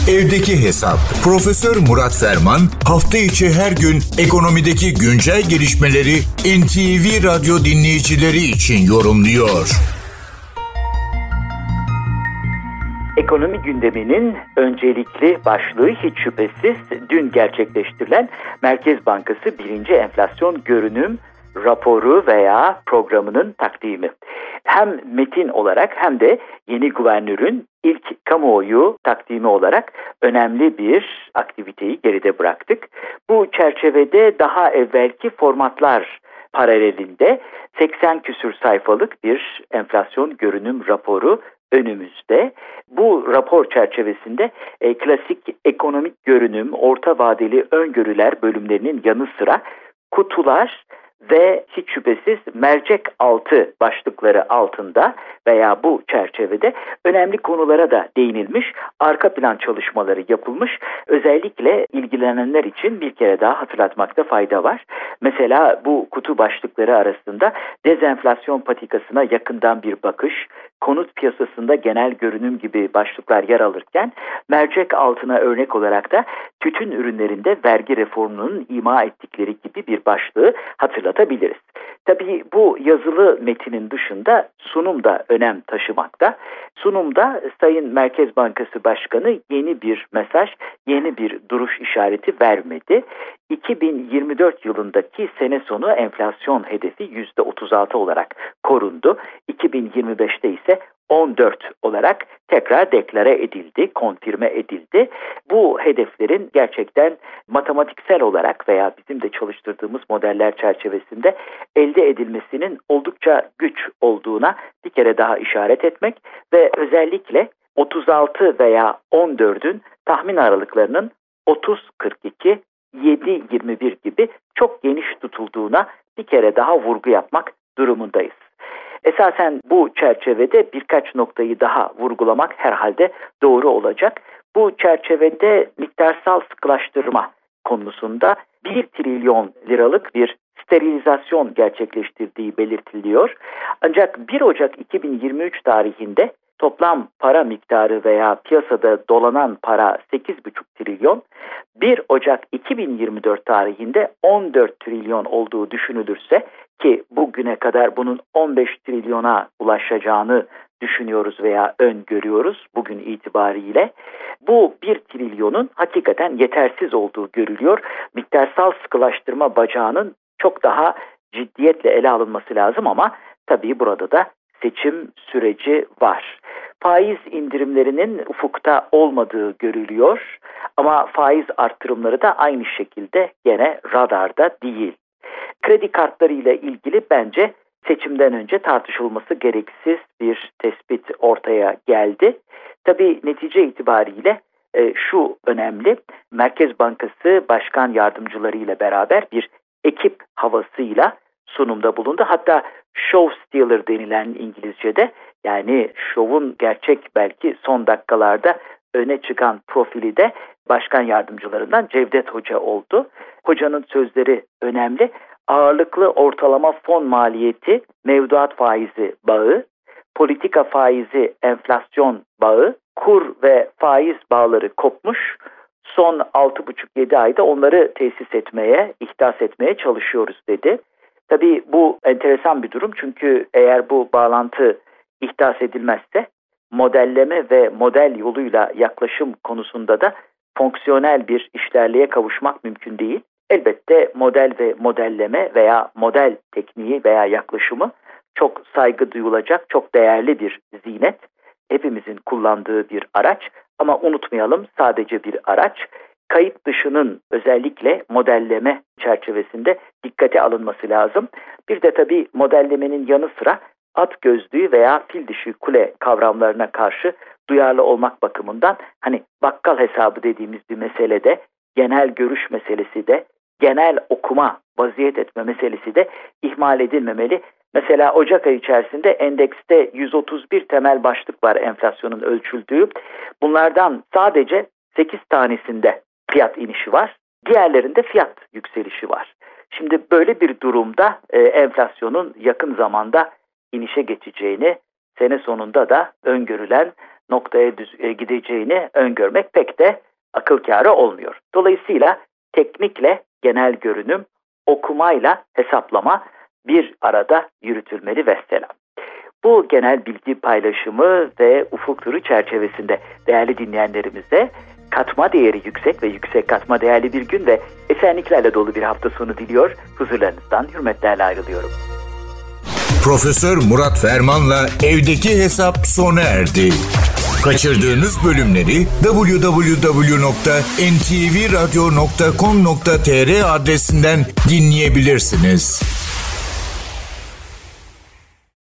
Evdeki Hesap. Profesör Murat Ferman hafta içi her gün ekonomideki güncel gelişmeleri NTV Radyo dinleyicileri için yorumluyor. Ekonomi gündeminin öncelikli başlığı hiç şüphesiz dün gerçekleştirilen Merkez Bankası 1. Enflasyon Görünüm raporu veya programının takdimi. Hem metin olarak hem de yeni guvernörün ilk kamuoyu takdimi olarak önemli bir aktiviteyi geride bıraktık. Bu çerçevede daha evvelki formatlar paralelinde 80 küsür sayfalık bir enflasyon görünüm raporu önümüzde. Bu rapor çerçevesinde klasik ekonomik görünüm, orta vadeli öngörüler bölümlerinin yanı sıra kutular ve hiç şüphesiz mercek altı başlıkları altında veya bu çerçevede önemli konulara da değinilmiş, arka plan çalışmaları yapılmış. Özellikle ilgilenenler için bir kere daha hatırlatmakta fayda var. Mesela bu kutu başlıkları arasında dezenflasyon patikasına yakından bir bakış, konut piyasasında genel görünüm gibi başlıklar yer alırken mercek altına örnek olarak da tütün ürünlerinde vergi reformunun ima ettikleri gibi bir başlığı hatırlatabiliriz. Tabii bu yazılı metinin dışında sunum da önem taşımakta. Sunumda Sayın Merkez Bankası Başkanı yeni bir mesaj, yeni bir duruş işareti vermedi. 2024 yılındaki sene sonu enflasyon hedefi %36 olarak korundu. 2025'te ise 14 olarak tekrar deklare edildi, konfirme edildi. Bu hedeflerin gerçekten matematiksel olarak veya bizim de çalıştırdığımız modeller çerçevesinde elde edilmesinin oldukça güç olduğuna bir kere daha işaret etmek ve özellikle 36 veya 14'ün tahmin aralıklarının 30-42, 7-21 gibi çok geniş tutulduğuna bir kere daha vurgu yapmak durumundayız. Esasen bu çerçevede birkaç noktayı daha vurgulamak herhalde doğru olacak. Bu çerçevede miktarsal sıkılaştırma konusunda 1 trilyon liralık bir sterilizasyon gerçekleştirdiği belirtiliyor. Ancak 1 Ocak 2023 tarihinde toplam para miktarı veya piyasada dolanan para 8,5 trilyon, 1 Ocak 2024 tarihinde 14 trilyon olduğu düşünülürse ki bugüne kadar bunun 15 trilyona ulaşacağını düşünüyoruz veya öngörüyoruz bugün itibariyle. Bu 1 trilyonun hakikaten yetersiz olduğu görülüyor. Miktarsal sıkılaştırma bacağının çok daha ciddiyetle ele alınması lazım ama tabii burada da seçim süreci var. Faiz indirimlerinin ufukta olmadığı görülüyor ama faiz arttırımları da aynı şekilde gene radarda değil. Kredi kartları ile ilgili bence seçimden önce tartışılması gereksiz bir tespit ortaya geldi. Tabii netice itibariyle şu önemli, Merkez Bankası Başkan Yardımcıları ile beraber bir ekip havasıyla sunumda bulundu. Hatta show stealer denilen İngilizce'de, yani şovun gerçek belki son dakikalarda öne çıkan profili de başkan yardımcılarından Cevdet Hoca oldu. Hocanın sözleri önemli. Ağırlıklı ortalama fon maliyeti, mevduat faizi bağı, politika faizi enflasyon bağı, kur ve faiz bağları kopmuş. Son 6,5-7 ayda onları tesis etmeye, ihdas etmeye çalışıyoruz dedi. Tabii bu enteresan bir durum çünkü eğer bu bağlantı ihdas edilmezse modelleme ve model yoluyla yaklaşım konusunda da fonksiyonel bir işlerliğe kavuşmak mümkün değil. Elbette model ve modelleme veya model tekniği veya yaklaşımı çok saygı duyulacak, çok değerli bir zinet. Hepimizin kullandığı bir araç ama unutmayalım sadece bir araç. Kayıt dışının özellikle modelleme çerçevesinde dikkate alınması lazım. Bir de tabii modellemenin yanı sıra at gözlüğü veya fil dişi kule kavramlarına karşı duyarlı olmak bakımından hani bakkal hesabı dediğimiz bir meselede, genel görüş meselesi de, genel okuma, vaziyet etme meselesi de ihmal edilmemeli. Mesela Ocak ayı içerisinde endekste 131 temel başlık var enflasyonun ölçüldüğü. Bunlardan sadece 8 tanesinde fiyat inişi var. Diğerlerinde fiyat yükselişi var. Şimdi böyle bir durumda enflasyonun yakın zamanda inişe geçeceğini, sene sonunda da öngörülen noktaya gideceğini öngörmek pek de akıl kârı olmuyor. Dolayısıyla teknikle genel görünüm, okumayla hesaplama bir arada yürütülmeli vesselam. Bu genel bilgi paylaşımı ve ufuk turu çerçevesinde değerli dinleyenlerimize katma değeri yüksek ve yüksek katma değerli bir gün ve esenliklerle dolu bir hafta sonu diliyor. Huzurlarınızdan hürmetlerle ayrılıyorum. Profesör Murat Ferman'la Evdeki Hesap sona erdi. Kaçırdığınız bölümleri www.ntvradio.com.tr adresinden dinleyebilirsiniz.